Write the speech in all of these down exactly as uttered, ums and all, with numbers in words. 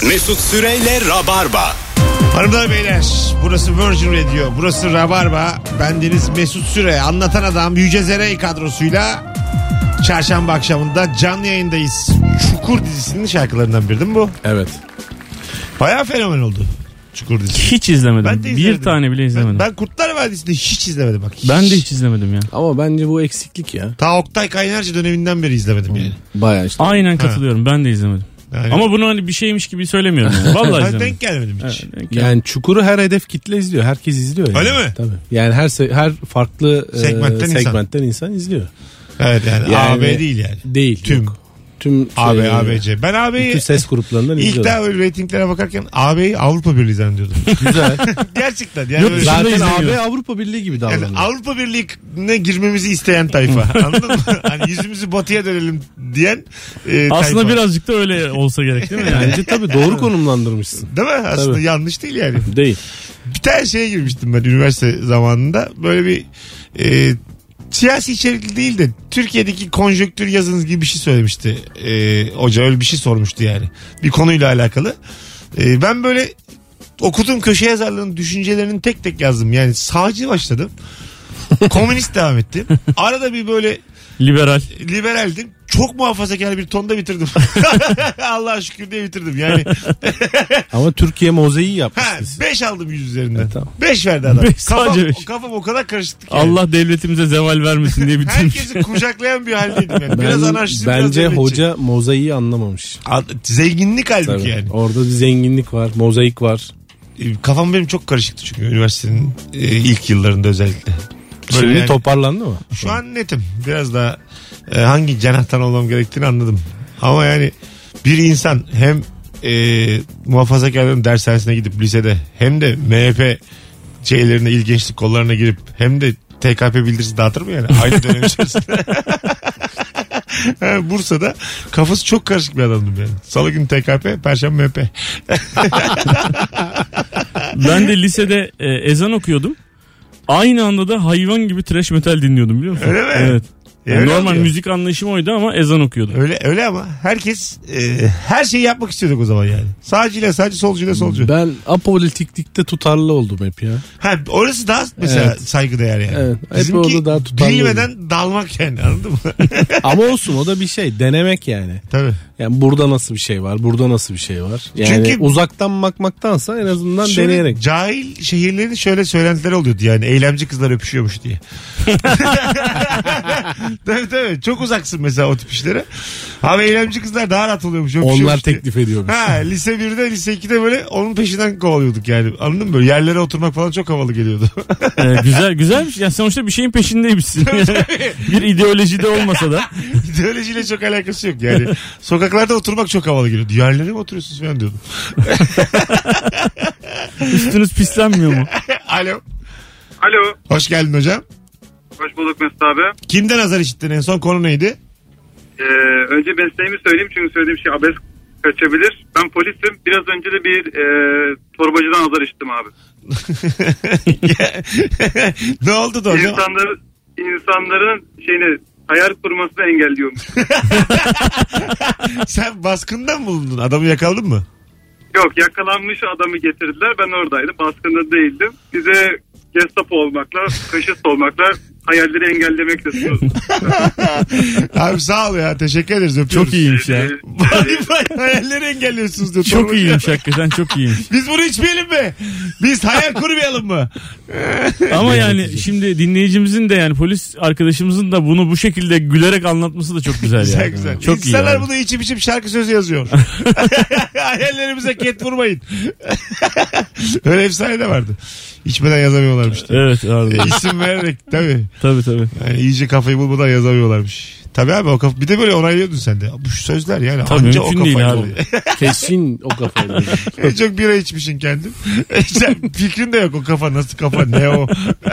Mesut Süreyle Rabarba. Hanımlar beyler, burası Virgin Radio, burası Rabarba. Bendeniz Mesut Süre, anlatan adam Yüce Zerey kadrosuyla çarşamba akşamında canlı yayındayız. Çukur dizisinin şarkılarından biri değil mi bu? Evet. Bayağı fenomen oldu Çukur dizisi. Hiç izlemedim. Ben de izlemedim. Bir tane bile izlemedim. Ben, ben Kurtlar Vadisi'nde hiç izlemedim bak. Hiç. Ben de hiç izlemedim ya. Ama bence bu eksiklik ya. Ta Oktay Kaynarca döneminden beri izlemedim yani. Bayağı işte. Aynen katılıyorum. Ha. Ben de izlemedim. Yani. Ama bunu hani bir şeymiş gibi söylemiyorum yani. Vallahi izlemedim. Denk gelmedim hiç. Evet, denk yani Çukur'u her hedef kitle izliyor. Herkes izliyor yani. Öyle mi? Tabii. Yani her her farklı segmentten, e, insan. segmentten insan izliyor. Evet yani, yani A B değil yani. Değil. Tüm. Yok. Tüm A B, şey, A B C. Ben A B'yi bütün ses gruplarından ilk izliyorum. daha böyle reytinglere bakarken A B'yi Avrupa Birliği zannediyordum. Güzel. Gerçekten. Yani Yok, böyle, zaten A B Avrupa Birliği gibi davranıyor. yani Avrupa Birliği'ne girmemizi isteyen tayfa. Anladın mı? Hani yüzümüzü batıya dönelim diyen e, Aslında tayfa. birazcık da öyle olsa gerek değil mi yani? Bence tabii doğru konumlandırmışsın. Değil mi? Aslında Tabii. yanlış değil yani. Değil. Bir tane şeye girmiştim ben üniversite zamanında. Böyle bir e, siyasi içerikli değil de Türkiye'deki konjonktür yazınız gibi bir şey söylemişti. E, hoca öyle bir şey sormuştu yani. Bir konuyla alakalı. E, ben böyle okuduğum köşe yazarlarının düşüncelerini tek tek yazdım. Yani sağcı başladım. Komünist devam ettim. Arada bir böyle Liberal. liberaldim. Çok muhafazakar bir tonda bitirdim. Allah'a şükür diye bitirdim yani. Ama Türkiye mozaiği yapmışsınız. beş aldım yüz üzerinden. Evet, tamam. beş verdi adam. Beş, kafam, sadece beş. kafam o kadar karıştı ki. Yani. Allah devletimize zeval vermesin diye bitirmiş. Herkesi kucaklayan bir haldeydim yani. Biraz Ben, anarşist, biraz bence devletçi. hoca mozaiği anlamamış. Ad- Zenginlik halbuki Tabii. yani. Orada bir zenginlik var, mozaik var. E, Kafam benim çok karışıktı çünkü üniversitenin e, ilk yıllarında özellikle. Böyle Şimdi yani, toparlandı mı? şu an netim. Biraz daha e, hangi cenahtan olmam gerektiğini anladım. Ama yani bir insan hem e, muhafazakarların dershanesine gidip lisede hem de M H P şeylerine, il gençlik kollarına girip hem de T K P bildirisi dağıtır mı yani? Aynı dönem içerisinde. Bursa'da kafası çok karışık bir adamdım yani. Salı günü T K P, Perşembe M H P. Ben de lisede e, ezan okuyordum. Aynı anda da hayvan gibi trash metal dinliyordum biliyor musun? Öyle mi? Evet. Ya Yani öyle normal oluyor. müzik anlayışım oydu ama ezan okuyordum. Öyle öyle ama herkes e, her şeyi yapmak istiyorduk o zaman yani. Sağcıyla sağcı, solcuyla solcu. Ben apolitiklikte tutarlı oldum hep ya. Ha, orası daha mesela Evet. saygıdeğer yani. Evet, hep Bizimki orada daha tutarlı bilmeden dalmak yani, anladın mı? Ama olsun, o da bir şey. Denemek yani. Tabii. Yani burada nasıl bir şey var, burada nasıl bir şey var. Yani Çünkü- uzaktan bakmaktansa en azından Şöyle, deneyerek. cahil şehirlerin şöyle söylentileri oluyordu yani, eylemci kızlar öpüşüyormuş diye. Tabii tabii, çok uzaksın mesela o tip işlere. Abi eylemci kızlar daha rahat oluyormuş. Onlar öpüşüyormuş diye. teklif ediyormuş. Ha, lise birde lise ikide böyle onun peşinden kovalıyorduk yani, anladın mı? Böyle yerlere oturmak falan çok havalı geliyordu. Ee, güzel güzelmiş. Yani sonuçta bir şeyin peşindeymişsin. Bir ideolojide olmasa da. İdeolojiyle çok alakası yok yani. Sokaklarda oturmak çok havalı geliyordu. Yerlere mi oturuyorsunuz falan diyordum. Üstünüz pislenmiyor mu? Alo. Alo. Hoş geldin hocam. Hoş bulduk Mesut abi. Kimden azar işittin en son, konu neydi? Ee, önce mesleğimi söyleyeyim çünkü söylediğim şey abes kaçabilir. Ben polisim. Biraz önce de bir e, torbacıdan azar işittim abi. Ne oldu da hocam? İnsanları, insanların şeyini hayal kurmasını engelliyormuş. Sen baskında mı bulundun? Adamı yakaladın mı? Yok, yakalanmış adamı getirdiler. Ben oradaydım. Baskında değildim. Bize Gestapo olmakla, faşist olmakla hayalleri engellemekle sunuyoruz. Abi sağ ol ya, teşekkür ederiz, öpüyoruz. Çok iyiymiş ya. Vay vay, hayalleri engelliyorsunuz diyor. Çok Torbacı. iyiymiş hakikaten, çok iyiymiş. Biz bunu içmeyelim mi? Biz hayal kurmayalım mı? Ama yani şimdi dinleyicimizin de yani polis arkadaşımızın da bunu bu şekilde gülerek anlatması da çok güzel Güzel yani. güzel. Çok iyi. İnsanlar Yani. bunu içip içip şarkı sözü yazıyor. Hayallerimize ket vurmayın. Öyle efsane de vardı. İçmeden yazamıyorlarmış diye. Evet vardı. E, isim vererek tabii. Tabii tabii. Yani iyice kafayı bulmadan yazamıyorlarmış. Tabii abi, o kafa, bir de böyle onaylıyordun sen de. Bu sözler yani Tabii, anca o mümkün değil kafayla abi. oluyor. Kesin o kafayla. En çok bira içmişsin kendin. Sen, fikrin de yok o kafa nasıl kafa, ne o.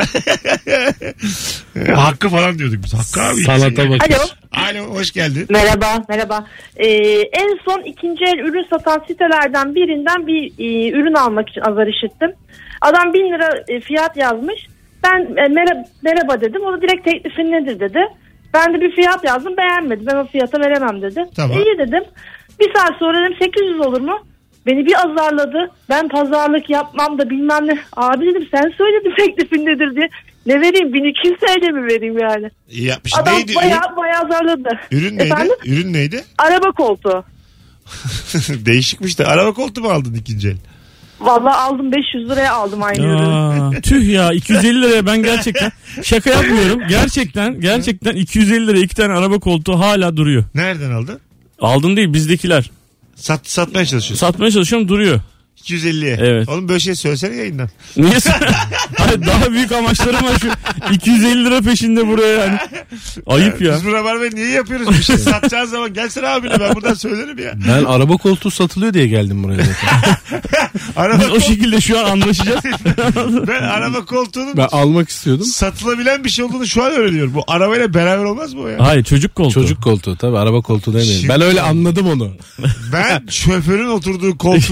Hakkı falan diyorduk biz. Hakkı abi. Sanata bak. Alo. Alo, hoş geldin. Merhaba, merhaba. Ee, en son ikinci el ürün satan sitelerden birinden bir e, ürün almak için azar işittim. Adam bin lira e, fiyat yazmış. Ben e, merhaba, merhaba dedim. O da direkt teklifin nedir dedi. Ben de bir fiyat yazdım, beğenmedi. Ben o fiyata veremem dedi. Tamam. İyi dedim. Bir saat sonra dedim sekiz yüz olur mu? Beni bir azarladı. Ben pazarlık yapmam da bilmem ne. Abi dedim sen söyledin teklifin nedir diye. Ne vereyim? bin iki yüz TL mi vereyim yani? İyi yapmış. Adam Neydi? bayağı Ürün, bayağı azarladı. ürün neydi? Efendim? Ürün neydi? Araba koltuğu. Değişikmiş de. Araba koltuğu mu aldın ikinci el? Vallahi aldım beş yüz liraya aldım aynı ürünü. Aa, tüh ya iki yüz elli liraya ben gerçekten şaka yapmıyorum. Gerçekten gerçekten iki yüz elli liraya iki tane araba koltuğu hala duruyor. Nereden aldın? Aldın değil bizdekiler. Sat, satmaya çalışıyorsun. Satmaya çalışıyorum duruyor. iki yüz elliye. Evet. Oğlum böyle şey söylesene yayından. Niye? Hayır, daha büyük amaçlarım var şu iki yüz elli lira peşinde buraya yani. Ayıp ya. Biz bu Rabarbayı niye yapıyoruz? Bir şey satacağız zaman gelsene abine ben buradan söylerim ya. Ben araba koltuğu satılıyor diye geldim buraya zaten. Araba Biz o kol- şekilde şu an anlaşacağız. Ben araba koltuğunun Ben almak istiyordum. satılabilen bir şey olduğunu şu an öğreniyorum. Bu arabayla beraber olmaz mı o ya? Hayır çocuk koltuğu. Çocuk koltuğu tabii, araba koltuğu demeyelim. Şimdi- Ben öyle anladım onu. Ben şoförün oturduğu koltuğu...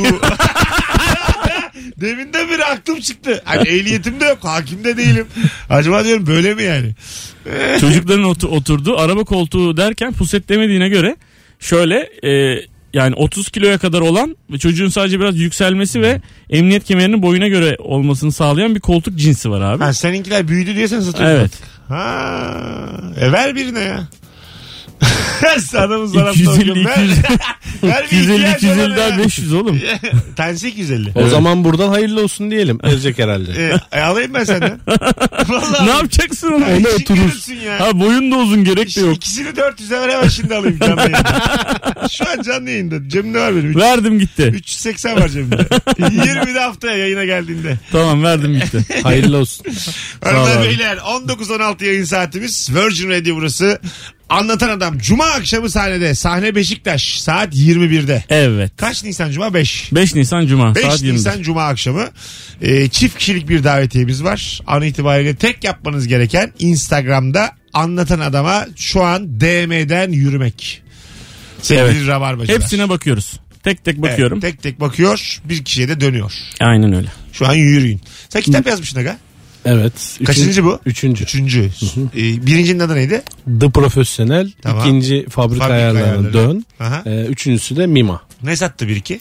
Deminden beri aklım çıktı. Hani ehliyetim de yok. Hakim de değilim. Acaba diyorum böyle mi yani? Çocukların otu- oturduğu araba koltuğu derken puset demediğine göre şöyle e, yani otuz kiloya kadar olan ve çocuğun sadece biraz yükselmesi ve emniyet kemerinin boyuna göre olmasını sağlayan bir koltuk cinsi var abi. Ha, seninkiler büyüdü diye sen satıyorsun. Evet. Ha, e ver birine ya. Adamın zarafta iki yüz elli okuyorum. iki yüz Ver bir iki yüz elli ihtiyaç iki yüz elli olana daha ya. beş yüz oğlum. Tanesi iki yüz elli. O zaman buradan hayırlı olsun diyelim. Verecek herhalde. E, e, alayım ben senden. Vallahi. Ne yapacaksın onu? Ay, Ona işin oturur. görürsün ya. Ha boyun da uzun gerek de yok. İkisini dört yüze ver hemen şimdi alayım canlı yayında. Şu an canlı yayında. Cebimde var benim. Verdim gitti. üç yüz seksen var cebimde. yirmi de haftaya yayına geldiğinde. Tamam verdim gitti. Hayırlı olsun. Hanımlar abi. beyler on dokuz on altı yayın saatimiz. Virgin Radio burası. Anlatan Adam. Cuma akşamı sahnede. Sahne Beşiktaş. Saat yirmi birde. Evet. Kaç Nisan Cuma? beş. beş Nisan Cuma beş saat yirmi. Nisan Cuma akşamı. Ee, çift kişilik bir davetiyemiz var. An itibariyle tek yapmanız gereken Instagram'da Anlatan Adam'a şu an D M'den yürümek. Sevgili Evet. Rabarbacılar. Hepsine bakıyoruz. Tek tek Evet, bakıyorum. tek tek bakıyor. Bir kişiye de dönüyor. Aynen öyle. Şu an yürüyün. Sen kitap yazmışsın aga. Evet. Üçün- Kaçıncı bu? Üçüncü. Üçüncü. Ee, birincinin adı neydi? The Professional. Tamam. İkinci Fabrika, Fabrika Ayarlarına Ayarları. Dön. Aha. Ee, üçüncüsü de Mima. Ne sattı bir iki?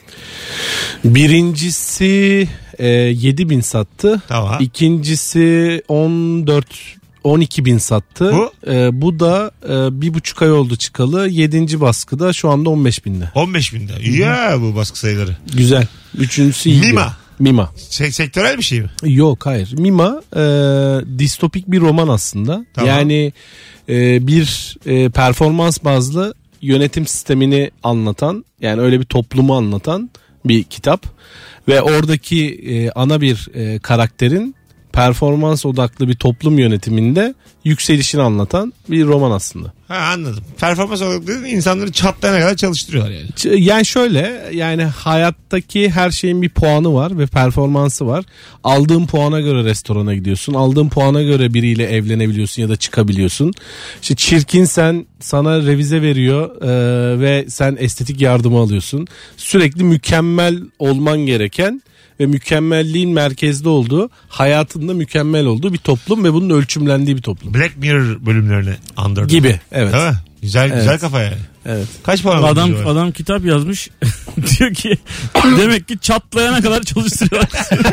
Birincisi e, yedi bin sattı. Tamam. İkincisi on dört on iki bin sattı. Bu? E, bu da e, bir buçuk ay oldu çıkalı. Yedinci baskıda şu anda on beş binde. on beş binde. Ya bu baskı sayıları. Güzel. Üçüncüsü iyi. Mima. Mima. Se- sektörel bir şey mi? Yok hayır. Mima e, distopik bir roman aslında. Tamam. Yani e, bir e, performans bazlı yönetim sistemini anlatan, yani öyle bir toplumu anlatan bir kitap. Ve oradaki e, ana bir e, karakterin performans odaklı bir toplum yönetiminde yükselişini anlatan bir roman aslında. Ha anladım. Performans olarak dedin insanları çatlayana kadar çalıştırıyorlar yani. Ç- Yani şöyle, yani hayattaki her şeyin bir puanı var ve performansı var. Aldığın puana göre restorana gidiyorsun. Aldığın puana göre biriyle evlenebiliyorsun ya da çıkabiliyorsun. İşte çirkinsen sana revize veriyor e, ve sen estetik yardımı alıyorsun. Sürekli mükemmel olman gereken ve mükemmelliğin merkezde olduğu, hayatında mükemmel olduğu bir toplum ve bunun ölçümlendiği bir toplum. Black Mirror bölümlerini andırdı. Gibi. Evet. Değil mi? Güzel Evet. güzel kafa yani. Evet. Kaç puan aldın Adam acaba? adam kitap yazmış. Diyor ki demek ki çatlayana kadar çalıştırıyorlar.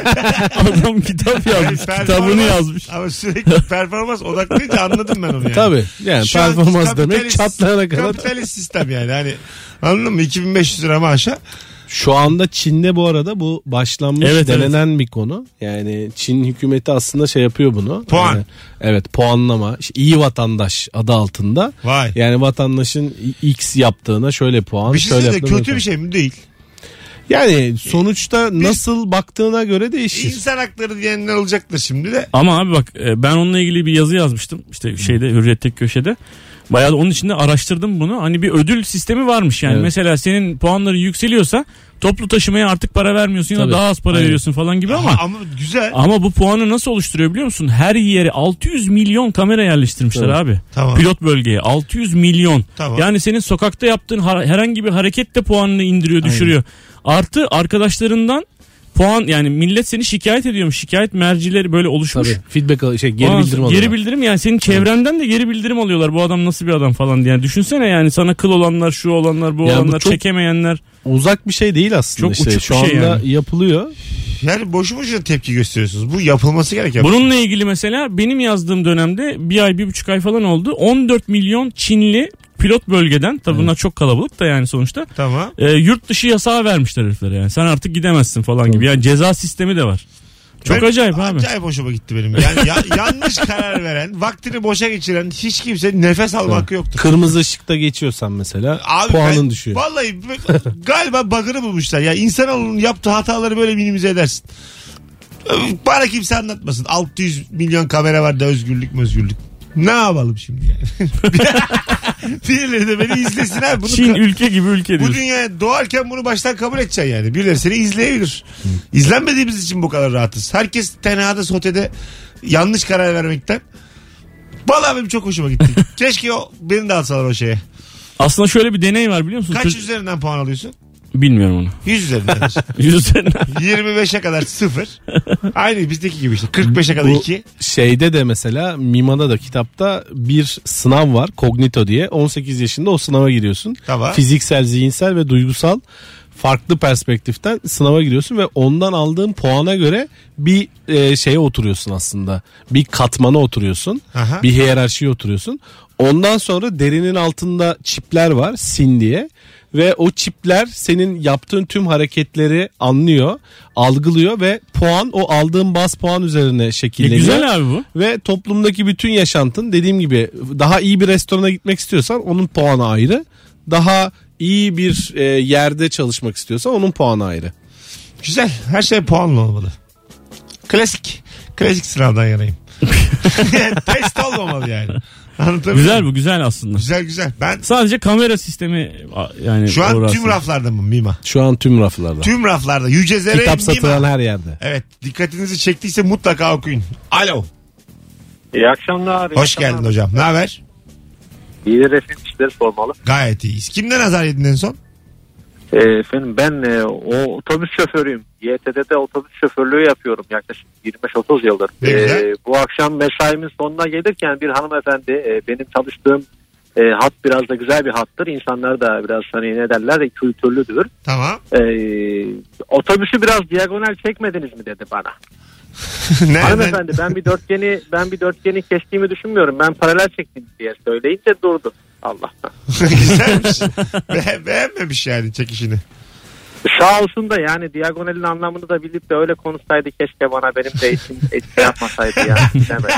Adam kitap yazmış. Yani Kitabını performans- yazmış. Ama sürekli performans odaklıyınca anladım ben onu yani. Tabii. Yani Şu an performans demek kapitalist- çatlayana kadar. Kapitalist sistem yani. Hani anladın mı? iki bin beş yüz lira maaşa. Şu anda Çin'de bu arada bu başlanmış, Evet, denenen bir konu. Yani Çin hükümeti aslında şey yapıyor bunu. Puan. Yani, evet, puanlama. İşte iyi vatandaş adı altında. Vay. Yani vatandaşın X yaptığına şöyle puan, Bir şey şöyle söyleyeyim de yaptığına kötü puan. bir şey mi? Değil. Yani sonuçta nasıl baktığına göre değişir. İnsan hakları diyenler olacaktır şimdi de. Ama abi bak e, ben onunla ilgili bir yazı yazmıştım. İşte şeyde Hürriyet'teki köşede. Bayağı da onun içinde araştırdım bunu. Hani bir ödül sistemi varmış yani. Evet. Mesela senin puanların yükseliyorsa toplu taşımaya artık para vermiyorsun ya da Tabii. daha az para Aynen. veriyorsun falan gibi ama Ama, ama güzel. ama bu puanı nasıl oluşturuyor biliyor musun? Her yere altı yüz milyon kamera yerleştirmişler Evet. abi. Tamam. Pilot bölgeye altı yüz milyon. Tamam. Yani senin sokakta yaptığın har- herhangi bir hareket de puanını indiriyor, düşürüyor. Artı arkadaşlarından puan yani millet seni şikayet ediyormuş. Şikayet mercileri böyle oluşmuş. Tabii. Feedback şey geri Aa, bildirim alıyorlar. Geri bildirim yani senin çevrenden de geri bildirim alıyorlar. Bu adam nasıl bir adam falan diye. Yani düşünsene yani sana kıl olanlar, şu olanlar, bu Yani bu olanlar, çok çekemeyenler. Uzak bir şey değil aslında Çok işte. uçuk Şu bir şey anda yani. yapılıyor. Yani boşu boşuna tepki gösteriyorsunuz. Bu yapılması gereken. Bununla ilgili mesela benim yazdığım dönemde bir ay bir buçuk ay falan oldu. on dört milyon Çinli pilot bölgeden tabi bunlar çok kalabalık da yani sonuçta. Tamam. E, yurt dışı yasağı vermişler heriflere yani. Sen artık gidemezsin falan gibi. Yani ceza sistemi de var. Çok Benim acayip abi. Acayip hoşuma gitti benim. Yani ya- yanlış karar veren, vaktini boşa geçiren hiç kimsenin nefes alma hakkı yoktur. Kırmızı ışıkta geçiyorsan mesela Abi puanın ben- düşüyor. Vallahi galiba bug'ını bulmuşlar. Ya insanoğlunun yaptığı hataları böyle minimize edersin. Bana kimse anlatmasın. altı yüz milyon kamera var da özgürlük mü özgürlük. Ne yapalım şimdi yani? Birileri de beni izlesin abi. Bunu Çin ülke gibi ülke bu diyorsun. dünyaya doğarken bunu baştan kabul edeceksin yani. Birileri seni izleyebilir. İzlenmediğimiz için bu kadar rahatız. Herkes tenhada sotede yanlış karar vermekten. Vallahi benim çok hoşuma gitti. Keşke o beni de alsalar o şeye. Aslında şöyle bir deney var biliyor musun? Kaç Çocuk- üzerinden puan alıyorsun? Bilmiyorum onu. yüz üzerinden. Yüz üzerinden. yirmi beşe kadar sıfır. Aynı bizdeki gibi işte. kırk beşe kadar Bu iki. şeyde de mesela Mima'da da kitapta bir sınav var. Cognito diye. on sekiz yaşında o sınava giriyorsun. Tamam. Fiziksel, zihinsel ve duygusal farklı perspektiften sınava giriyorsun ve ondan aldığın puana göre bir e, şeye oturuyorsun aslında. Bir katmana oturuyorsun. Aha. Bir hiyerarşiye oturuyorsun. Ondan sonra derinin altında çipler var, sin diye. Ve o çipler senin yaptığın tüm hareketleri anlıyor, algılıyor ve puan o aldığın baz puan üzerine E, şekilleniyor. güzel abi bu. Ve toplumdaki bütün yaşantın dediğim gibi daha iyi bir restorana gitmek istiyorsan onun puanı ayrı. Daha iyi bir e, yerde çalışmak istiyorsan onun puanı ayrı. Güzel. Her şey puanlı olmalı. Klasik. Klasik sınavdan yanayım. Test olmamalı yani. Anlatabiliyor Güzel muyum? bu güzel aslında. Güzel güzel. Ben Sadece kamera sistemi a- yani şu an uğraşsın. tüm raflarda mı Mima? Şu an tüm raflarda. Tüm raflarda. Yüce Zere Kitap Mima. satılan her yerde. Evet. Dikkatinizi çektiyse mutlaka okuyun. Alo. İyi akşamlar. iyi Hoş akşamlar. geldin hocam. Ne haber? İyidir efendim, işleri sormalı. Gayet iyiyiz. Kimden azar yedin en son? Ee, efendim ben e, o otobüs şoförüyüm. Y T D'de otobüs şoförlüğü yapıyorum yaklaşık yirmi beş otuz yıldır. Ne güzel. Ee, bu akşam mesaimin sonuna gelirken bir hanımefendi e, benim çalıştığım e, hat biraz da güzel bir hattır. İnsanlar da biraz hani ne derler kültürlüdür. Tamam. Ee, otobüsü biraz diagonal çekmediniz mi dedi bana. Nereden? Hanımefendi ben bir dörtgeni ben bir dörtgeni kestiğimi düşünmüyorum. Ben paralel çektim diye söyleyince durdu. Allah'tan. Güzelmiş. Be- beğenmemiş yani çekişini. Sağ olsun da yani diagonalin anlamını da bilip de öyle konuşsaydı keşke bana benim de için etki yapmasaydı ya. Demedim.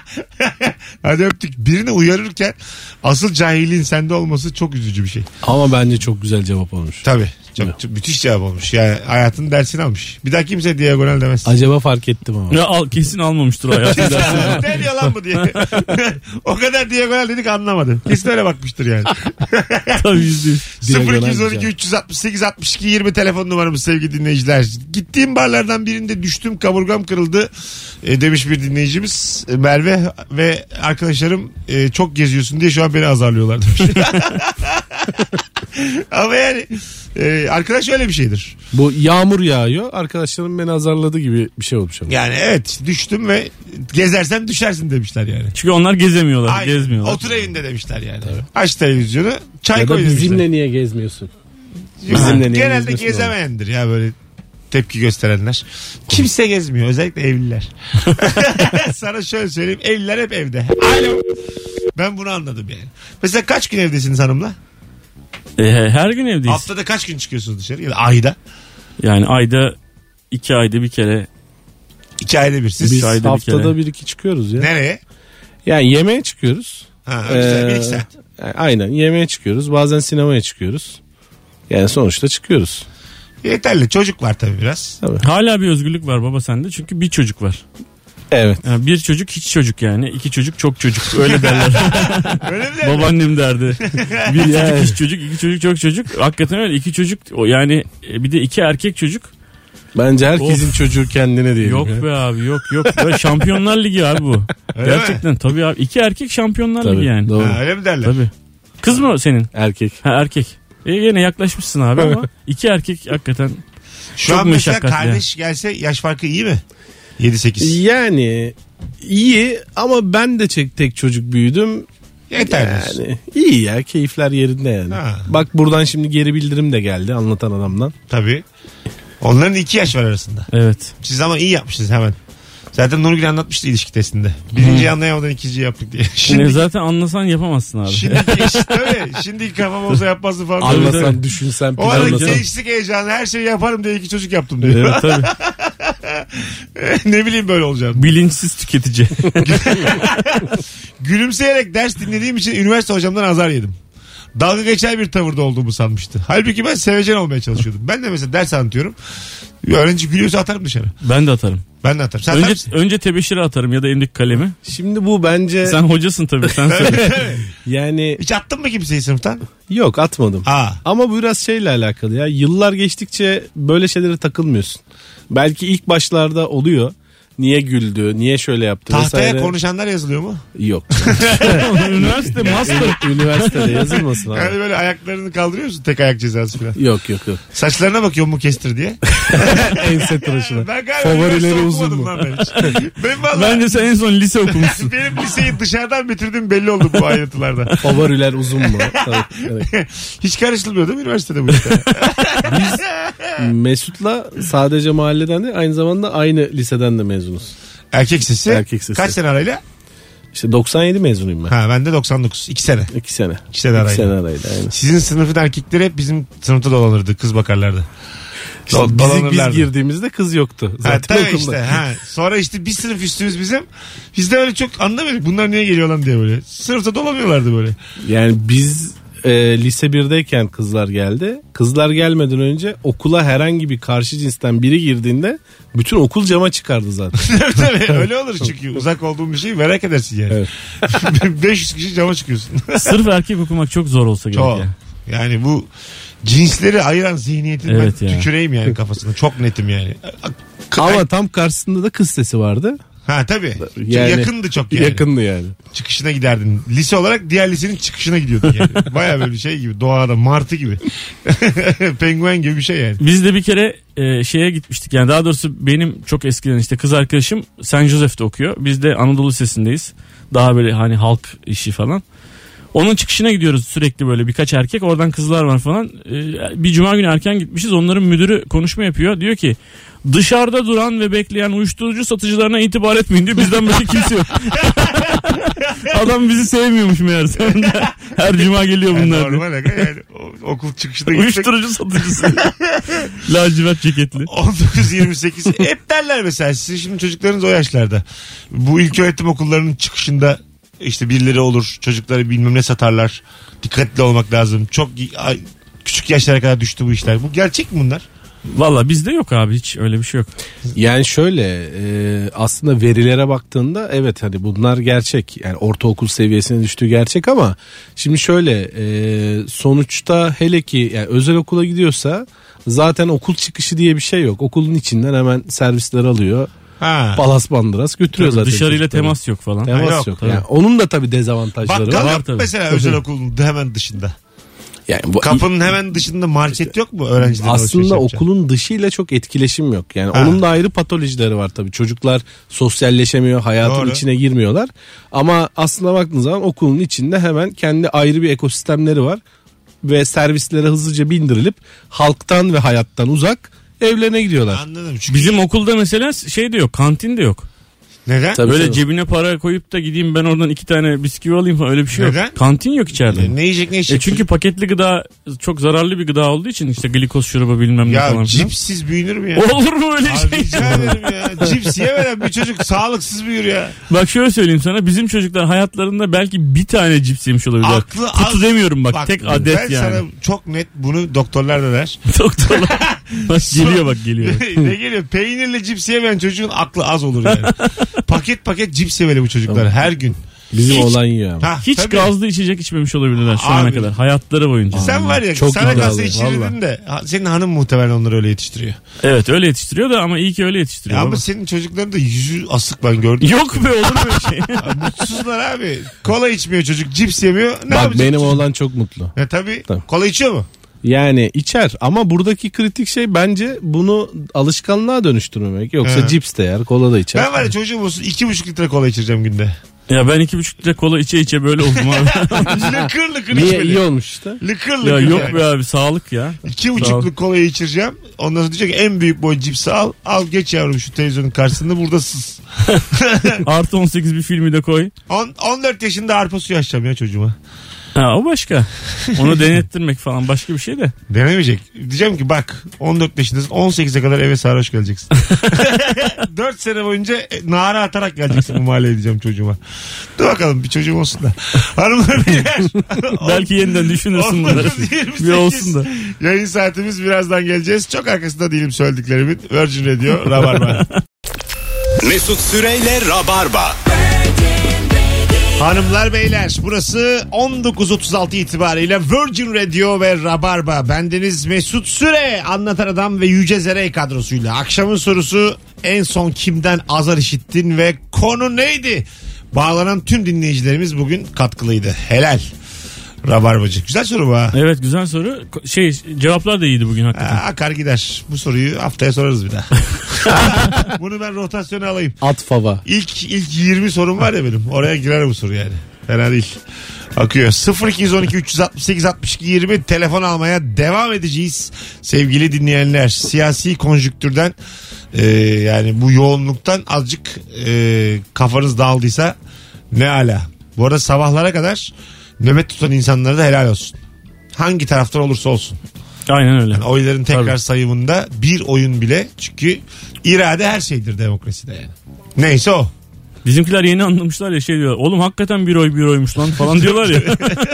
Hadi öptük. Birini uyarırken asıl cahilliğin sende olması çok üzücü bir şey. Ama bence çok güzel cevap olmuş. Tabii. Çok, çok müthiş cevap olmuş. Yani hayatın dersini almış. Bir daha kimse diagonal demez. Acaba fark ettim ama. Ya al, kesin almamıştır o hayatı. Ne diyor lan bu diye. O kadar diagonal dedik anlamadı. Kesin öyle bakmıştır yani. Tabii yüzde yüz. sıfır iki yüz on iki güzel. üç yüz altmış sekiz altmış iki yirmi telefon numaramız sevgili dinleyiciler. Gittiğim barlardan birinde düştüm, kaburgam kırıldı e, demiş bir dinleyicimiz. E, Merve ve arkadaşlarım e, çok geziyorsun diye şu an beni azarlıyorlar demiş. Ama yani e, arkadaş öyle bir şeydir. Bu yağmur yağıyor. Arkadaşlarım beni azarladı gibi bir şey olmuş ama. Yani evet düştüm ve gezersen düşersin demişler yani. Çünkü onlar gezemiyorlar, Aynen. gezmiyorlar. Otur evinde demişler yani. Aç televizyonu, çay Ya da koy demişler. bizimle niye gezmiyorsun? Ha, bizimle niye genelde gezmiyorsun gezemeyendir ya böyle tepki gösterenler. Kimse gezmiyor, özellikle evliler. Sana şöyle söyleyeyim, evliler hep evde. Alo. Ben bunu anladım yani. Mesela kaç gün evdesiniz hanımla? E, her gün evdeyiz. Haftada kaç gün çıkıyorsunuz dışarı ya da ayda? Yani ayda iki ayda bir kere. İki ayda bir. Siz Biz ayda bir haftada kere. bir iki çıkıyoruz ya. nereye? Yani yemeğe çıkıyoruz. Ha, güzel, bir Ee, iki saat. Aynen yemeğe çıkıyoruz. Bazen sinemaya çıkıyoruz. Yani sonuçta çıkıyoruz. Yeterli. Çocuk var tabii biraz. Hala bir özgürlük var baba sende. Çünkü bir çocuk var. Evet. Yani bir çocuk hiç çocuk yani. İki çocuk çok çocuk. Öyle derler. Öyle mi derler? Babaannem derdi. Bir çocuk hiç çocuk, iki çocuk çok çocuk. Hakikaten öyle. İki çocuk o yani e, bir de iki erkek çocuk. Bence herkesin Of. çocuğu kendine diyelim. Yok ya. be abi yok yok. Böyle Şampiyonlar Ligi abi bu. Öyle Gerçekten tabii abi. İki erkek Şampiyonlar Tabii, Ligi yani. doğru. Ha, öyle mi derler? Tabii. Kız mı o senin? Erkek. Ha erkek. E yine yaklaşmışsın abi ama iki erkek hakikaten. Şu Çok an mesela meşakkatli. kardeş gelse yaş farkı iyi mi? yedi sekiz. Yani iyi ama ben de tek, tek çocuk büyüdüm. Yeter diyorsun. Yani iyi ya, keyifler yerinde yani. Ha. Bak buradan şimdi geri bildirim de geldi anlatan adamdan. Tabii. Onların iki yaş var arasında. Evet. Siz ama iyi yapmışsınız hemen. Zaten Nurgül anlatmıştı ilişki testinde. Birinciyi anlayamadan ikinciyi yaptık diye. Şimdi zaten anlasan yapamazsın abi. Şimdi tabii. Şimdi kafam olsa yapmazdı falan. Anlasan, düşünsen, O arada planlasan. gençlik heyecanı, her şeyi yaparım diye iki çocuk yaptım diyor. Evet tabii. Ne bileyim böyle olacağını. Bilinçsiz tüketici. Gülümseyerek ders dinlediğim için üniversite hocamdan azar yedim. Dalga geçer bir tavırda olduğumu sanmıştı. Halbuki ben sevecen olmaya çalışıyordum. Ben de mesela ders anlatıyorum. Bir öğrenci gülüyorsa atarım dışarı. Ben de atarım. Ben de atarım. Sen atar Önce mısın? önce tebeşiri atarım ya da elimdeki kalemi. Şimdi bu bence Sen hocasın tabii, sen söyle. yani Hiç attın mı kimseyi sınıftan? yok, atmadım. Aa. Ama bu biraz şeyle alakalı ya. Yıllar geçtikçe böyle şeylere takılmıyorsun. Belki ilk başlarda oluyor. Niye güldü, niye şöyle yaptı Tahtaya vesaire. konuşanlar yazılıyor mu? Yok. Üniversite master. Üniversitede yazılmasın abi. Yani böyle ayaklarını kaldırıyor musun? Tek ayak cezası falan. Yok yok yok. Saçlarına bakıyor mu kestir diye. Ense tıraşına. Ben galiba Favorileri üniversite uzun okumadım mu? lan ben hiç. Ben vallahi Bence sen en son lise okumuşsun. benim liseyi dışarıdan bitirdiğim belli oldu bu ayrıntılarda. Favoriler uzun mu? Tabii, evet. Hiç karışılmıyor değil mi üniversitede bu işte? Mesut'la sadece mahalleden de aynı zamanda aynı liseden de mezunuz. Erkek sesi. Erkek sesi. Kaç sene arayla? İşte doksan yedi mezunuyum ben. Ha ben de doksan dokuz. İki sene. İki sene. İki sene arayla. İki sene arayla aynen. Sizin sınıfın erkekleri hep bizim sınıfta dolanırdı. Kız bakarlardı. İşte Dol- biz, biz dolanırlardı. girdiğimizde kız yoktu. Ha, Zaten tabii okulda. işte. Ha. Sonra işte bir sınıf üstümüz bizim. Biz de öyle çok anlamadık. Bunlar niye geliyor lan diye böyle. Sınıfta dolamıyorlardı böyle. Yani biz e, lise birdeyken kızlar geldi. Kızlar gelmeden önce okula herhangi bir karşı cinsten biri girdiğinde bütün okul cama çıkardı zaten. Tabii öyle olur çünkü uzak olduğun bir şeyi merak edersin yani. Evet. beş yüz kişi cama çıkıyorsun. Sırf erkek okumak çok zor olsa gerek Çok. ya. Yani bu cinsleri ayıran zihniyetin Evet ben ya. tüküreyim yani kafasına. Çok netim yani. Ama tam karşısında da kız sesi vardı. Ha tabii. Çünkü Yani- yakındı çok yani. Yakındı yani. Çıkışına giderdin. Lise olarak diğer lisenin çıkışına gidiyordun yani. Baya böyle şey gibi. Doğada martı gibi. Penguen gibi bir şey yani. Biz de bir kere e, şeye gitmiştik. Yani daha doğrusu benim çok eskiden işte kız arkadaşım Saint Joseph'te okuyor. Biz de Anadolu Lisesi'ndeyiz. Daha böyle hani halk işi falan. Onun çıkışına gidiyoruz sürekli, böyle birkaç erkek, oradan kızlar var falan. Ee, bir cuma günü erken gitmişiz, onların müdürü konuşma yapıyor. Diyor ki dışarıda duran ve bekleyen uyuşturucu satıcılarına itibar etmeyin diyor. Bizden başka kimse yok. Adam bizi sevmiyormuş meğerse. Her cuma geliyor Yani bunlar diyor. normal aga yani. O- okul çıkışında gitsek Uyuşturucu satıcısı. Lacivert ceketli. on dokuz yirmi sekiz hep derler mesela, sizin şimdi çocuklarınız o yaşlarda. Bu ilköğretim okullarının çıkışında işte birileri olur, çocukları bilmem ne satarlar. Dikkatli olmak lazım. Çok ay, küçük yaşlara kadar düştü bu işler. Bu gerçek mi bunlar? Valla bizde yok abi, hiç öyle bir şey yok. Yani şöyle e, aslında verilere baktığında evet hani bunlar gerçek. Yani ortaokul seviyesine düştüğü gerçek ama şimdi şöyle e, sonuçta hele ki yani özel okula gidiyorsa zaten okul çıkışı diye bir şey yok. Okulun içinden hemen servisler alıyor. Ha. Palas bandıras götürüyor zaten. Dışarıyla çocukları. temas yok falan. Temas Ha, yok. yok, Yani onun da tabii dezavantajları Bakkal var. yok tabii. mesela özel okulun hemen dışında. Yani bu, Kapının hemen dışında market yok mu öğrencilerin alışveriş aslında yapacağı? okulun dışıyla çok etkileşim yok. Yani Ha. onun da ayrı patolojileri var tabii. Çocuklar sosyalleşemiyor, hayatın Doğru. içine girmiyorlar. Ama aslında baktığınız zaman okulun içinde hemen kendi ayrı bir ekosistemleri var. Ve servislere hızlıca bindirilip halktan ve hayattan uzak evlerine gidiyorlar. Anladım. Çünkü Bizim okulda mesela şey de yok, kantin de yok. neden? Tabii. Böyle cebine para koyup da gideyim ben oradan iki tane bisküvi alayım falan, öyle bir şey Neden? yok. Kantin yok içeride. Ne yiyecek ne E içecek? çünkü paketli gıda çok zararlı bir gıda olduğu için, işte glikoz şurubu bilmem ne ya falan filan. cipsiz büyünür mü ya? Olur mu öyle Abi şey? rica ederim ya. Cips yemeden bir çocuk sağlıksız büyür ya. Bak şöyle söyleyeyim sana, bizim çocuklar hayatlarında belki bir tane cips yemiş olabilirler. Aklı Kutu az- demiyorum bak, Bak, tek adet ben yani. sana çok net bunu doktorlar da der. Doktorlar. Bak geliyor bak geliyor. ne geliyor? Peynirle cips yemeyen çocuğun aklı az olur yani. paket paket cips yemeli bu çocuklar her gün. Bizim Hiç- olan yiyor ama. Ha, Hiç tabii. gazlı içecek içmemiş olabilirler şu Abi. ana kadar. Hayatları boyunca. Sen var ya Çok sana iddialı, gazı içirirdin valla. de ha, senin hanım muhtemelen onları öyle yetiştiriyor. Evet öyle yetiştiriyor da, ama iyi ki öyle yetiştiriyor. Ya ama baba. senin çocukların da yüzü asık ben gördüm. Yok be, olur mu öyle şey? Ya mutsuzlar abi. Kola içmiyor çocuk, cips yemiyor. Ne Bak yapacak benim çocuk? oğlan çok mutlu. Ya tabii. Tabii. Kola içiyor mu? Yani içer ama buradaki kritik şey bence bunu alışkanlığa dönüştürmemek. Yoksa Evet. cips de yer, kola da içer. Ben var ya çocuğum olsun iki buçuk litre kola içireceğim günde. Ya ben iki buçuk litre kola içe içe böyle oldum abi. Lıkır lıkır Niye içmeli. iyi olmuş işte. Lıkır lıkır. Ya yok yani. be abi, sağlık ya. İki Sağ ol. buçukluk kolayı içireceğim. Ondan sonra diyecek ki en büyük boy cipsi al. Al geç yavrum şu televizyonun karşısında buradasız. Artı on sekiz bir filmi de koy. On, on dört yaşında arpa suyu açacağım ya çocuğuma. Ha, o başka. Onu denettirmek falan başka bir şey de. Denemeyecek. Diyeceğim ki bak on dört yaşındasın on sekize kadar eve sarhoş geleceksin. dört sene boyunca nara atarak geleceksin bu mahalleye diyeceğim çocuğuma. Dur bakalım bir çocuğum olsun da. Hanımlar beyler. Belki yeniden düşünürsün bunları. Bir olsun da. Yayın saatimiz birazdan geleceğiz. Çok arkasında değilim söylediklerimin. Virgin Radio Rabarba. Mesut Süreyle Rabarba. Hanımlar beyler burası on dokuz otuz altı itibariyle Virgin Radio ve Rabarba. Bendeniz Mesut Süre, Anlatan Adam ve Yüce Zerey kadrosuyla. Akşamın sorusu en son kimden azar işittin ve konu neydi? Bağlanan tüm dinleyicilerimiz bugün katkılıydı. Helal. Rabarbacı. Güzel soru bu ha. Evet, güzel soru. Şey, cevaplar da iyiydi bugün hakikaten. Ha, akar gider. Bu soruyu haftaya sorarız bir daha. Bunu ben rotasyona alayım. At fava. İlk ilk yirmi sorum var ya benim. Oraya girer bu soru yani. Fena değil. Akıyor. sıfır iki on iki üç altı sekiz altmış iki yirmi telefon almaya devam edeceğiz. Sevgili dinleyenler. Siyasi konjüktürden e, yani bu yoğunluktan azıcık e, kafanız dağıldıysa ne ala. Bu arada sabahlara kadar nöbet tutan insanlara da helal olsun. Hangi taraftar olursa olsun. Aynen öyle. Yani oyların tekrar Tabii. sayımında bir oyun bile, çünkü irade her şeydir demokraside yani. Neyse o. Bizimkiler yeni anlamışlar ya, şey diyor. Oğlum hakikaten bir oy bir oymuş lan falan diyorlar ya.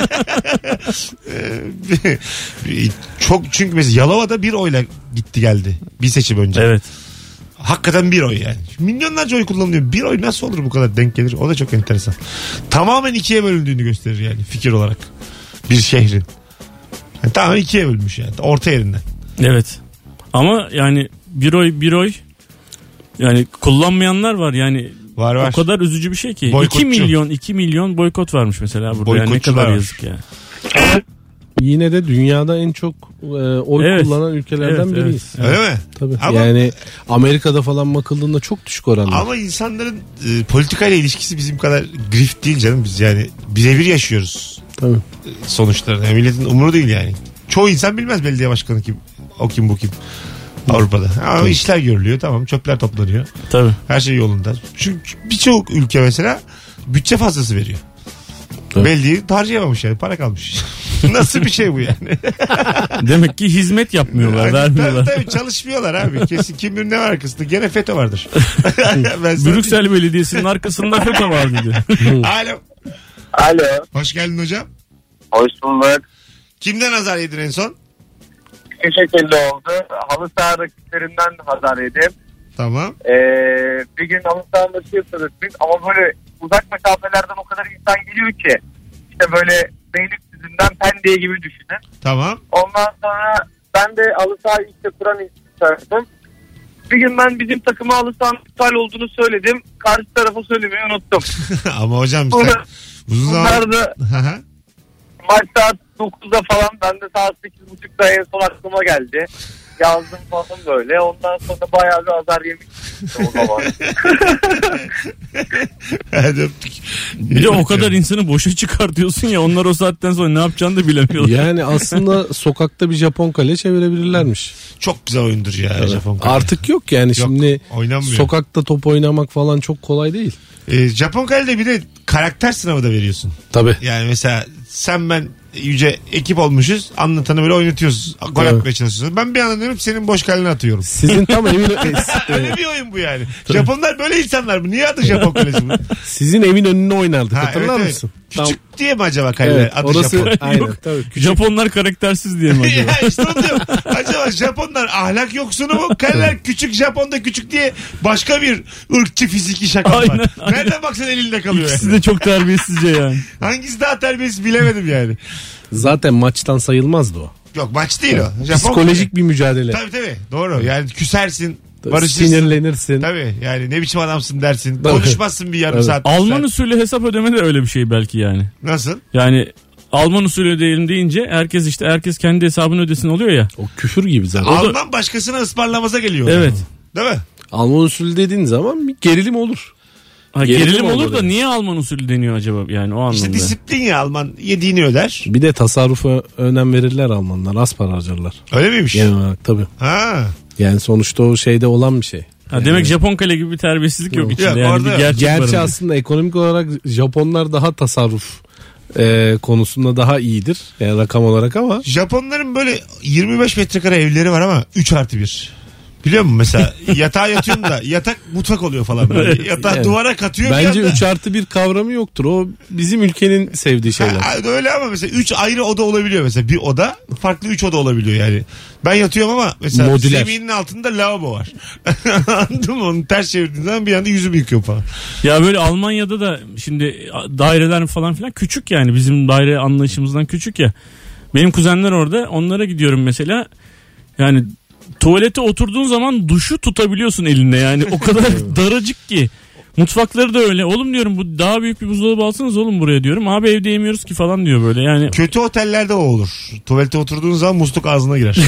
Çok, çünkü mesela Yalova'da bir oyla gitti geldi bir seçim önce. Evet. Hakikaten bir oy yani. Milyonlarca oy kullanılıyor. Bir oy nasıl olur bu kadar denk gelir? O da çok enteresan. Tamamen ikiye bölündüğünü gösterir yani fikir olarak. Bir şehrin. Yani tamamen ikiye bölünmüş yani. Orta yerinden. Evet. Ama yani bir oy bir oy yani kullanmayanlar var yani. Var var. O kadar üzücü bir şey ki. Boykotçu. iki milyon iki milyon boykot varmış mesela burada. Yani ne Boykotçular kadar var. yazık ya. Yine de dünyada en çok e, oy Evet. kullanan ülkelerden Evet, biriyiz. evet. Öyle mi? Tabii. Ama- Yani Amerika'da falan bakıldığında çok düşük oranlar. Ama insanların e, politikayla ilişkisi bizim kadar grift değil canım. Biz yani birebir yaşıyoruz Tabii. sonuçlarını. Yani milletin umuru değil yani. Çoğu insan bilmez belediye başkanı kim, o kim bu kim. Avrupa'da. Ama işler görülüyor, tamam, çöpler toplanıyor. Tabii. Her şey yolunda. Çünkü birçok ülke mesela bütçe fazlası veriyor. Tabii. Belediye harcayamamış yani, para kalmış. Nasıl bir şey bu yani? Demek ki hizmet yapmıyorlar, Yani vermiyorlar. Tabii, tabii çalışmıyorlar abi. Kesin kim bilir ne var arkasında. Gene FETÖ vardır. Ben sana- Brüksel Belediyesi'nin arkasında FETÖ var dedi. Alo. Alo. Hoş geldin hocam. Hoş bulduk. Kimden azar yedin en son? Şu şekilde oldu. Halı saha rakiplerinden hazar yedim. Tamam. Ee, bir gün halı saha maçı yapıyoruz biz. Ama böyle uzak mesafelerden o kadar insan geliyor ki. İşte böyle Beylikdüzü'nden Pendiye gibi düşünün. Tamam. Ondan sonra ben de halı saha işte kuran insanım. Bir gün ben bizim takıma halı sahanın iptal olduğunu söyledim. Karşı tarafa söylemeyi unuttum. Ama hocam sen Bunlar, uzun bunlar zaman... da Aha. maç saat dokuzda falan, ben de saat sekiz buçukta en son aklıma geldi. Yazdım falan böyle. Ondan sonra bayağı bir azar yemiştim o zaman. Hadi öptük. Bir de o kadar insanı boşa çıkartıyorsun ya, onlar o saatten sonra ne yapacağını da bilemiyorlar. Yani aslında sokakta bir Japon kale çevirebilirlermiş. Çok güzel oyundur ya Japon kale. Artık yok yani, şimdi oynanmıyor. sokakta top oynamak falan çok kolay değil. Ee, Japon kalede bir de karakter sınavı da veriyorsun. Tabii. Yani mesela sen ben Yüce ekip olmuşuz. Anlatanı böyle oynatıyoruz. Gol Evet. atmaya çalışıyorsun. Ben bir anda dönüp senin boş kalene atıyorum. Sizin tam evin Öyle bir oyun bu yani. Japonlar böyle insanlar mı? Niye adı Japon kalesi bu? sizin evin önüne oynardık, Ha, hatırlar evet, evet. mısın? Küçük diye mi acaba kaleler? Evet, Adı orası Japon. aynen Yok. tabii. Küçük. Japonlar karaktersiz diye mi acaba? Ya işte onu diyorum. Acaba Japonlar ahlak yoksunu mu? Kaleler küçük, Japon'da küçük diye başka bir ırkçı fiziki şaka var. Aynen, aynen. Nereden baksan elinde kalıyor İkisi yani. de çok terbiyesizce yani. Hangisi daha terbiyesiz bilemedim yani. Zaten maçtan sayılmazdı o. Yok maç değil o. Japon Psikolojik bir mücadele. Tabii tabii doğru. Yani küsersin, barışırsın. Sinirlenirsin. Tabii yani ne biçim adamsın dersin. Tabii. Konuşmazsın bir yarım Evet. saat. Alman Sen- usulü hesap ödeme de öyle bir şey belki yani. Nasıl? Yani Alman usulü ödeyelim deyince herkes işte herkes kendi hesabını ödesin oluyor ya. O küfür gibi zaten. Alman başkasına ısmarlamaza geliyor. Evet. Değil mi? Alman usulü dediğin zaman bir gerilim olur. Ha, Gerilim gerilim olur olur da yani. niye Alman usulü deniyor acaba yani o anlamda? İşte disiplin ya, Alman yediğini öder. Bir de tasarrufa önem verirler Almanlar. Az para harcarlar. Öyle miymiş? Genel olarak tabii. Ha. Yani sonuçta o şeyde olan bir şey. Ha, demek yani, Japon kale gibi bir terbiyesizlik yok, yok içinde. Yok, yani orada, bir gerçek gerçi var aslında ekonomik olarak Japonlar daha tasarruf e, konusunda daha iyidir. Yani rakam olarak ama. Japonların böyle yirmi beş metrekare evleri var ama üç artı bir. Biliyor musun mesela yatağa yatıyorsun da yatak mutfak oluyor falan. Böyle. Yatağı yani, duvara katıyor. Bence üç artı bir kavramı yoktur. O bizim ülkenin sevdiği şeyler. Ha, öyle ama mesela üç ayrı oda olabiliyor mesela. Bir oda farklı üç oda olabiliyor yani. Ben yatıyorum ama mesela modüler. Zeminin altında lavabo var. Anladın mı? Onu ters çevirdiğin zaman bir anda yüzümü yıkıyor falan. Ya böyle Almanya'da da şimdi daireler falan filan küçük yani. Bizim daire anlayışımızdan küçük ya. Benim kuzenler orada, onlara gidiyorum mesela. Yani tuvalete oturduğun zaman duşu tutabiliyorsun elinde yani. O kadar daracık ki. Mutfakları da öyle. Oğlum diyorum bu daha büyük bir buzdolabı alsanız oğlum buraya diyorum. Abi evde yemiyoruz ki falan diyor böyle. Yani kötü otellerde o olur. Tuvalete oturduğun zaman musluk ağzına girer.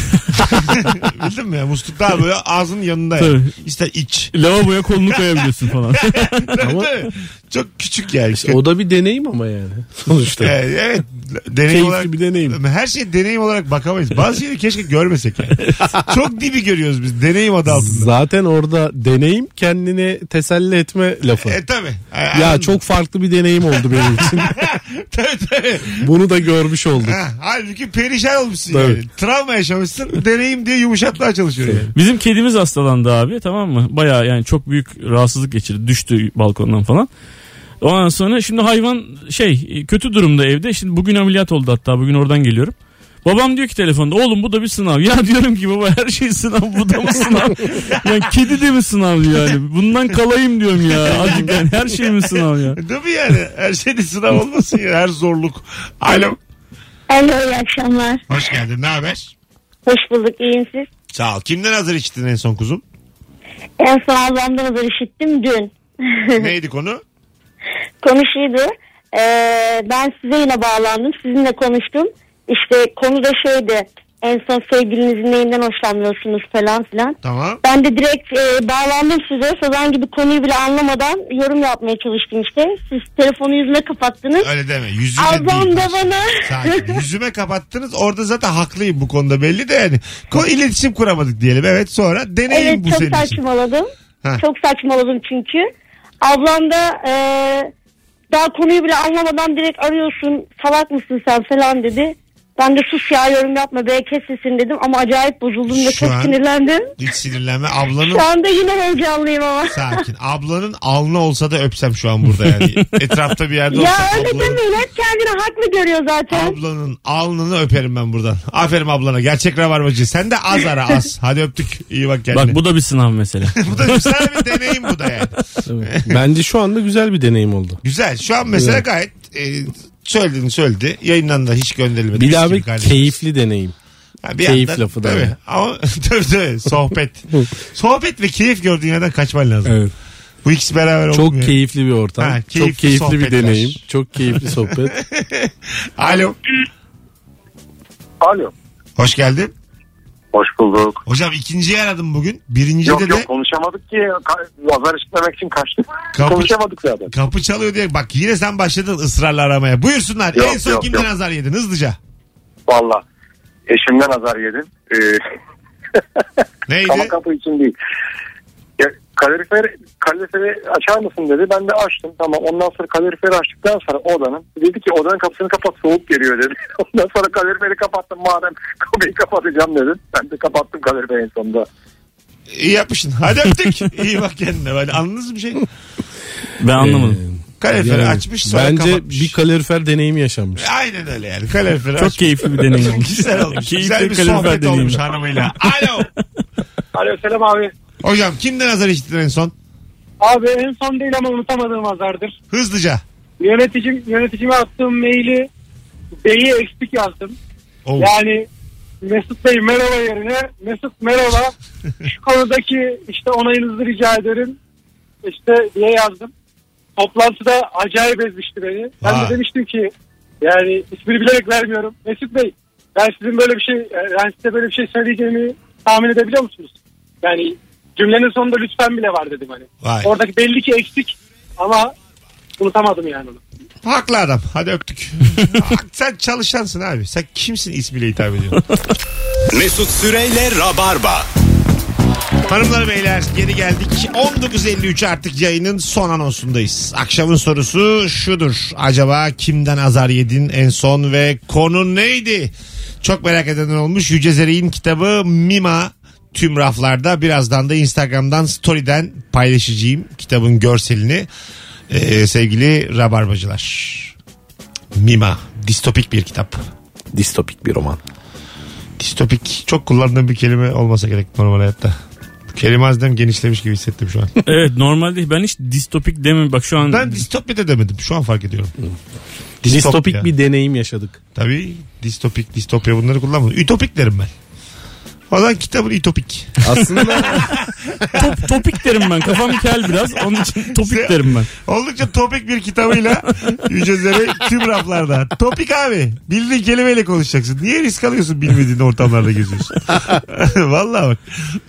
Bildin mi ya? Musluk daha böyle ağzının yanında. Yani. İşte iç. Lavaboya kolunu koyabiliyorsun falan. Ama çok küçük yani. İşte o da bir deneyim ama yani. Sonuçta. Yani, evet. Deneyim Keyifli olarak, bir deneyim. Her şey deneyim olarak bakamayız. Bazı şeyleri keşke görmesek yani. Çok dibi görüyoruz biz deneyim adı altında. Zaten orada deneyim kendini teselli etme lafı. E tabi. Ya anladım. Çok farklı bir deneyim oldu benim için. Tabii tabii. Bunu da görmüş olduk. Ha, halbuki perişan olmuşsun tabii. yani. Travma yaşamışsın. Deneyim diye yumuşatmaya çalışıyor yani. Bizim kedimiz hastalandı abi, tamam mı? Baya yani çok büyük rahatsızlık geçirdi. Düştü balkondan falan. Ondan sonra şimdi hayvan şey kötü durumda evde. Şimdi bugün ameliyat oldu, hatta bugün oradan geliyorum. Babam diyor ki telefonda, oğlum bu da bir sınav. Ya diyorum ki baba her şey sınav, bu da mı sınav? Yani kedi de mi sınav yani? Bundan kalayım diyorum ya. Azıcık yani her şey mi sınav ya? Değil mi yani? Her şey de sınav olmasın ya. Her zorluk. Alo. Alo, iyi akşamlar. Hoş geldin. Ne haber? Hoş bulduk, iyiyim siz? Sağ ol. Kimden hazır içtin en son kuzum? En son ablamdan hazır işittim dün. Neydi konu? Konu şuydu. Ee, ben size yine bağlandım. Sizinle konuştum. İşte konu da şeydi. En son sevgilinizin neyinden hoşlanmıyorsunuz falan filan. Tamam. Ben de direkt e, bağlandım size. Sazan gibi konuyu bile anlamadan yorum yapmaya çalıştım işte. Siz telefonu yüzüme kapattınız. Öyle deme. Yüzüme Ablam değil. da bana. Sakin. Yüzüme kapattınız. Orada zaten haklıyım bu konuda, belli de yani. Ko iletişim kuramadık diyelim. Evet, sonra deneyim evet, bu senin için. Evet, çok saçmaladım. Ha. Çok saçmaladım çünkü. Ablam da e, daha konuyu bile anlamadan direkt arıyorsun, salak mısın sen falan dedi. Ben de sus ya, yorum yapma be, kes sesini dedim ama acayip bozuldum ve Şu çok an sinirlendim. Hiç sinirlenme. Ablanın... Şu anda yine heyecanlıyım ama. Sakin. Ablanın alnı olsa da öpsem şu an burada yani. Etrafta bir yerde olsa. Ya öyle ablanın... demeyin, hep kendini haklı görüyor zaten. Ablanın alnını öperim ben buradan. Aferin ablana. Gerçek rabarbacı. Sen de az ara az. Hadi öptük. İyi bak kendine. Bak bu da bir sınav mesela. Bu da güzel bir deneyim bu da yani. Evet. Bence şu anda güzel bir deneyim oldu. Güzel. Şu an mesela evet. gayet e, söylediğini söyledi. Yayınlandı, hiç gönderilmedi. Bir daha bir keyifli deneyim. Ha, bir keyif yandan, lafı da. Tabii. Ama tabii tabii. Sohbet. Sohbet ve keyif gördüğün yerden kaçman lazım. Evet. Bu ikisi beraber çok olmuyor. keyifli bir ortam. Ha, keyifli çok keyifli bir sohbetler. deneyim. Çok keyifli sohbet. Alo. Alo. Hoş geldin. Hoş bulduk. Hocam ikinciyi aradım bugün. Birincide Yok de yok konuşamadık ki. Ka- azar işitmemek için kaçtık. Kapı- Konuşamadık zaten. kapı çalıyor diye. Bak yine sen başladın ısrarla aramaya. Buyursunlar. Yok, en son yok, kimden yok. azar yedin hızlıca? Valla. Eşimden azar yedim. Ee, Neydi? ama kapı için değil. Ya, kalorifer, kaloriferi açar mısın dedi. Ben de açtım. Tamam. Ondan sonra kaloriferi açtıktan sonra odanın. Dedi ki odanın kapısını kapat, soğuk geliyor dedi. Ondan sonra kaloriferi kapattım. Madem kapıyı kapatacağım dedim. Ben de kapattım kaloriferi en sonunda. İyi yapmışsın. Hadi öptük. İyi bak kendine. Böyle anladınız mı bir şey? Ben anlamadım. Kaloriferi Yani açmış sonra bence kapatmış. bir kalorifer deneyimi yaşanmış. Aynen öyle yani. Kaloriferi Çok açmış. keyifli bir deneyim olmuş. Güzel olmuş. Keyifli Güzel bir kalorifer sohbet deneyimi. olmuş hanımıyla. Alo. Alo selam abi. Hocam kimden azar işittin en son? Abi en son değil ama unutamadığım azardır. Hızlıca. Yöneticim, yöneticime attığım maili B'yi eksik yazdım. Oh. Yani Mesut Bey merhaba yerine Mesut merhaba şu konudaki işte onayınızı rica ederim işte diye yazdım. Toplantıda acayip ezmişti beni. Ben Vay. de demiştim ki Yani ismini bilerek vermiyorum. Mesut Bey, ben sizin böyle bir şey, ben size böyle bir şey söyleyeceğimi tahmin edebiliyor musunuz? Yani cümlenin sonunda lütfen bile var dedim hani. Vay. Oradaki belli ki eksik ama unutamadım yani onu. Haklı adam. Hadi öptük. Sen çalışansın abi. Sen kimsin ismiyle hitap ediyorsun? Mesut Süreyle Rabarba. Hanımlar beyler geri geldik. on dokuz elli üç artık yayının son anonsundayız. Akşamın sorusu şudur. Acaba kimden azar yedin en son ve konu neydi? Çok merak edenler olmuş. Yüce Zerik'in kitabı Mima tüm raflarda. Birazdan da Instagram'dan story'den paylaşacağım kitabın görselini. Ee, sevgili Rabarbacılar. Mima. Distopik bir kitap. Distopik bir roman. Distopik çok kullandığım bir kelime olmasa gerek normal hayatta. Kelime hazdem genişlemiş gibi hissettim şu an. Evet normalde ben hiç distopik demem. Bak şu an. Ben distopya da demedim. Şu an fark ediyorum. Distopik Distopya. bir deneyim yaşadık. Tabii distopik, distopya bunları kullanmadım. Ütopik derim ben. O zaman kitabın ütopik. Aslında Top, topik derim ben. Kafam kel biraz. Onun için topik derim ben. Oldukça topik bir kitabıyla Yüce Zerek tüm raflarda. Topik abi. Bildiğin kelimeyle konuşacaksın. Niye risk alıyorsun bilmediğin ortamlarda geziyorsun? Vallahi bak.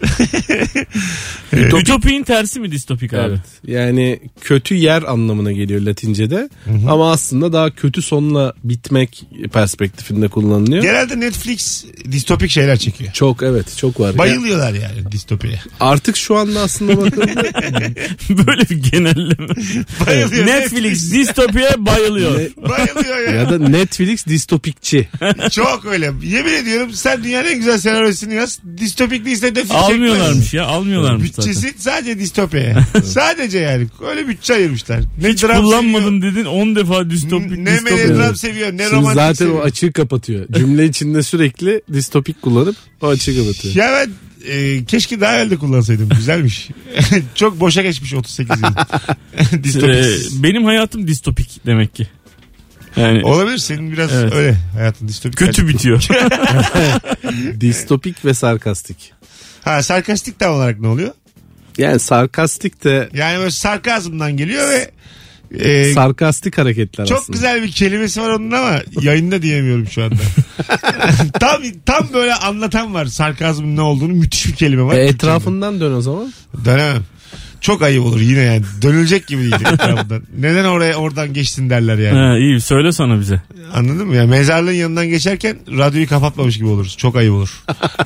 Ütopik'in tersi mi distopik abi? evet. Yani kötü yer anlamına geliyor Latince'de. Ama aslında daha kötü sonla bitmek perspektifinde kullanılıyor. Genelde Netflix distopik şeyler çekiyor. Çok evet çok var. Bayılıyorlar yani distopya. Artık şu anda aslında bakıldığında Böyle bir genelleme. Bayılıyor. Netflix distopya bayılıyor. Bayılıyor ya. ya da Netflix distopikçi. Çok öyle. Yemin ediyorum sen dünyanın en güzel senaryosunu yaz. Distopik değilse de film Almıyorlarmış ya almıyorlarmış Bütçesi zaten. sadece distopya. Sadece yani. Öyle bütçe ayırmışlar. Ne Hiç dram kullanmadım seviyor, dedin on defa distopik ne distopya. melodram seviyor, ne Şimdi romantik zaten seviyor. o açığı kapatıyor. Cümle içinde sürekli distopik kullanıp o açığı kapatıyor. Ya ben e, keşke daha evvel de kullansaydım. Güzelmiş. Çok boşa geçmiş otuz sekiz yıl. Distopik. Ee, benim hayatım distopik demek ki. Yani Olabilir senin biraz Evet. öyle hayatın distopik. kötü bitiyor. Distopik ve sarkastik. Ha sarkastik tam olarak ne oluyor? Yani sarkastik de Yani böyle sarkazmdan geliyor ve e, sarkastik hareketler çok aslında. güzel bir kelimesi var onun ama yayında diyemiyorum şu anda. tam tam böyle anlatan var sarkazmın ne olduğunu, müthiş bir kelime var. E, etrafından dön o zaman. Dönemem. Çok ayıp olur yine yani. Dönülecek gibi değil etrafından. Neden oraya oradan geçtin derler yani. Ha, iyi söyle sana bize. Anladın mı? Ya mezarlığın yanından geçerken radyoyu kapatmamış gibi oluruz. Çok ayıp olur.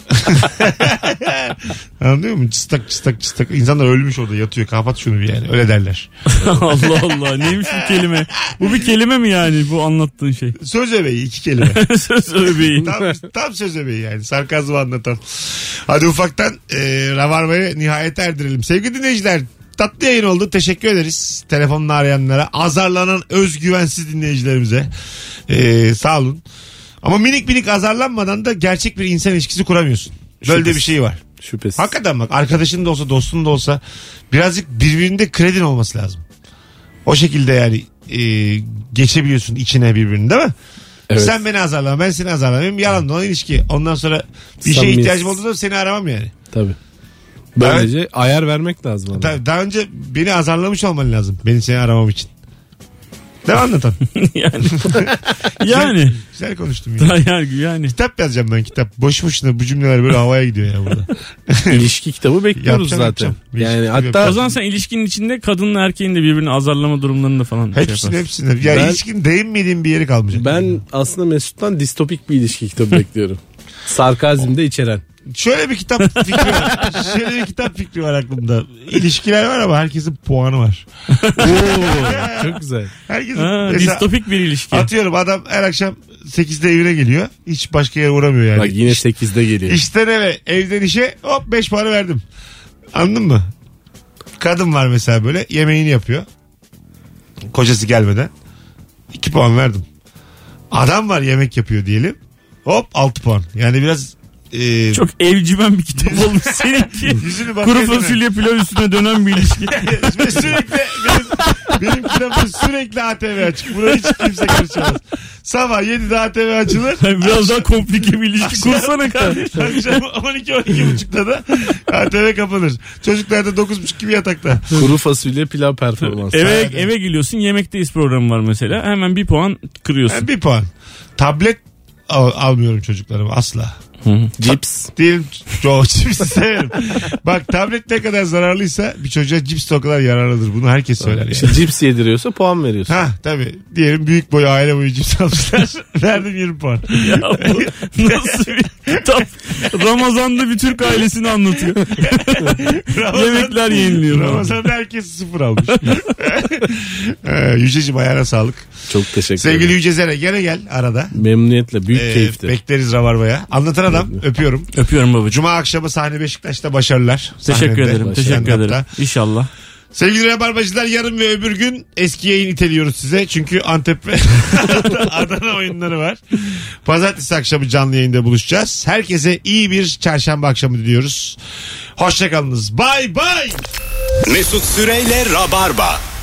Anlıyor musun? Çıstak çıstak çıstak. İnsanlar ölmüş orada yatıyor. Kapat şunu bir yani. Öyle derler. Allah Allah neymiş bu kelime? Bu bir kelime mi yani bu anlattığın şey? Söz öbeği iki kelime. Söz öbeği. tam, tam söz öbeği yani. Sarkazmı anlatan. Hadi ufaktan e, Rabarba'yı nihayete erdirelim. Sevgili dinleyiciler, tatlı yayın oldu. Teşekkür ederiz. Telefonla arayanlara, azarlanan özgüvensiz dinleyicilerimize. E, sağ olun. Ama minik minik azarlanmadan da gerçek bir insan ilişkisi kuramıyorsun. Böyle de Şüphesiz. bir şey var. Şüphesiz. Hakikaten bak, arkadaşın da olsa, dostun da olsa birazcık birbirinde kredin olması lazım. O şekilde yani e, geçebiliyorsun içine birbirini, değil mi? Evet. Sen beni azarlama, ben seni azarlamam. Yalan dolan ilişki. Ondan sonra bir şeye Samimiyet. ihtiyacım olduğunda seni aramam yani. Tabii. Böylece ayar vermek lazım. ona. Tabii, daha önce beni azarlamış olman lazım. Beni seni aramam için. Devam anlatan. yani. yani. Güzel konuştum ya. yani yani. Kitap yazacağım ben, kitap. Boş boşuna bu cümleler böyle havaya gidiyor ya burada. İlişki kitabı bekliyoruz Yapacağım, zaten. yapacağım. Bir Yani ilişki hatta yapacağım. O zaman sen ilişkinin içinde kadınla erkeğin de birbirini azarlama durumlarında falan şey Hepsini yaparsın. hepsini. Ya Ben- ilişkin değinmediğim bir yeri kalmayacak. ben aslında Mesut'tan distopik bir ilişki kitabı bekliyorum. Sarkazm de içeren. Şöyle bir kitap fikri var. Şöyle bir kitap fikri var aklımda. İlişkiler var ama herkesin puanı var. Oo, çok güzel. Herkesin Ha, mesela distopik bir ilişki. atıyorum, adam her akşam sekizde evine geliyor. Hiç başka yere uğramıyor yani. Bak yine sekizde geliyor. İşten eve, evden işe hop beş puanı verdim. Anladın mı? Kadın var mesela, böyle yemeğini yapıyor. Kocası gelmeden. iki puan verdim. Adam var yemek yapıyor diyelim. Hop altı puan. Yani biraz e, Çok evcimen bir kitap olmuş seninki. yüzünü Kuru bakıyor. fasulye pilav üstüne dönen bir ilişki. Ve sürekli benim Benim kitabım sürekli A T V açık. Buna hiç kimse karışamaz. Sabah yedide A T V açılır. Biraz daha komplike bir ilişki kursana kardeşim. Akşam on iki on iki buçukta da A T V kapanır. Çocuklar da dokuz buçuk gibi yatakta. Kuru fasulye pilav performansı. Eve, eve geliyorsun, yemekteyiz programı var mesela. Hemen bir puan kırıyorsun. Yani bir puan. Tablet al- almıyorum çocuklarıma asla. Cips. Diyelim çok cipsi severim. Bak tablet ne kadar zararlıysa bir çocuğa cips de o kadar yararlıdır. Bunu herkes söyler yani. İşte cips yediriyorsa puan veriyorsun. Ha tabii. Diyelim büyük boy aile boyu cips almışlar. Verdim yirmi puan. Ya bu nasıl bir kitap? Ramazan'da bir Türk ailesini anlatıyor. Ramazan, Yemekler yeniliyor. Ramazan'da herkes sıfır almış. ee, Yüceciğim ayağına sağlık. Çok teşekkür Sevgili ederim. Yüce Zere gene gel arada. Memnuniyetle. Büyük Ee, keyifti. Bekleriz Rabarba'ya. Anlatan adam öpüyorum. Öpüyorum babacığım. Cuma akşamı sahne Beşiktaş'ta başarılar. Teşekkür Sahnede, ederim. Teşekkür stand-up'ta. ederim. İnşallah. Sevgili Rabarbacılar yarın ve öbür gün eski yayın iteliyoruz size. Çünkü Antep ve Adana oyunları var. Pazartesi akşamı canlı yayında buluşacağız. Herkese iyi bir çarşamba akşamı diliyoruz. Hoşçakalınız. Bay bay. Mesut Süreyle Rabarba.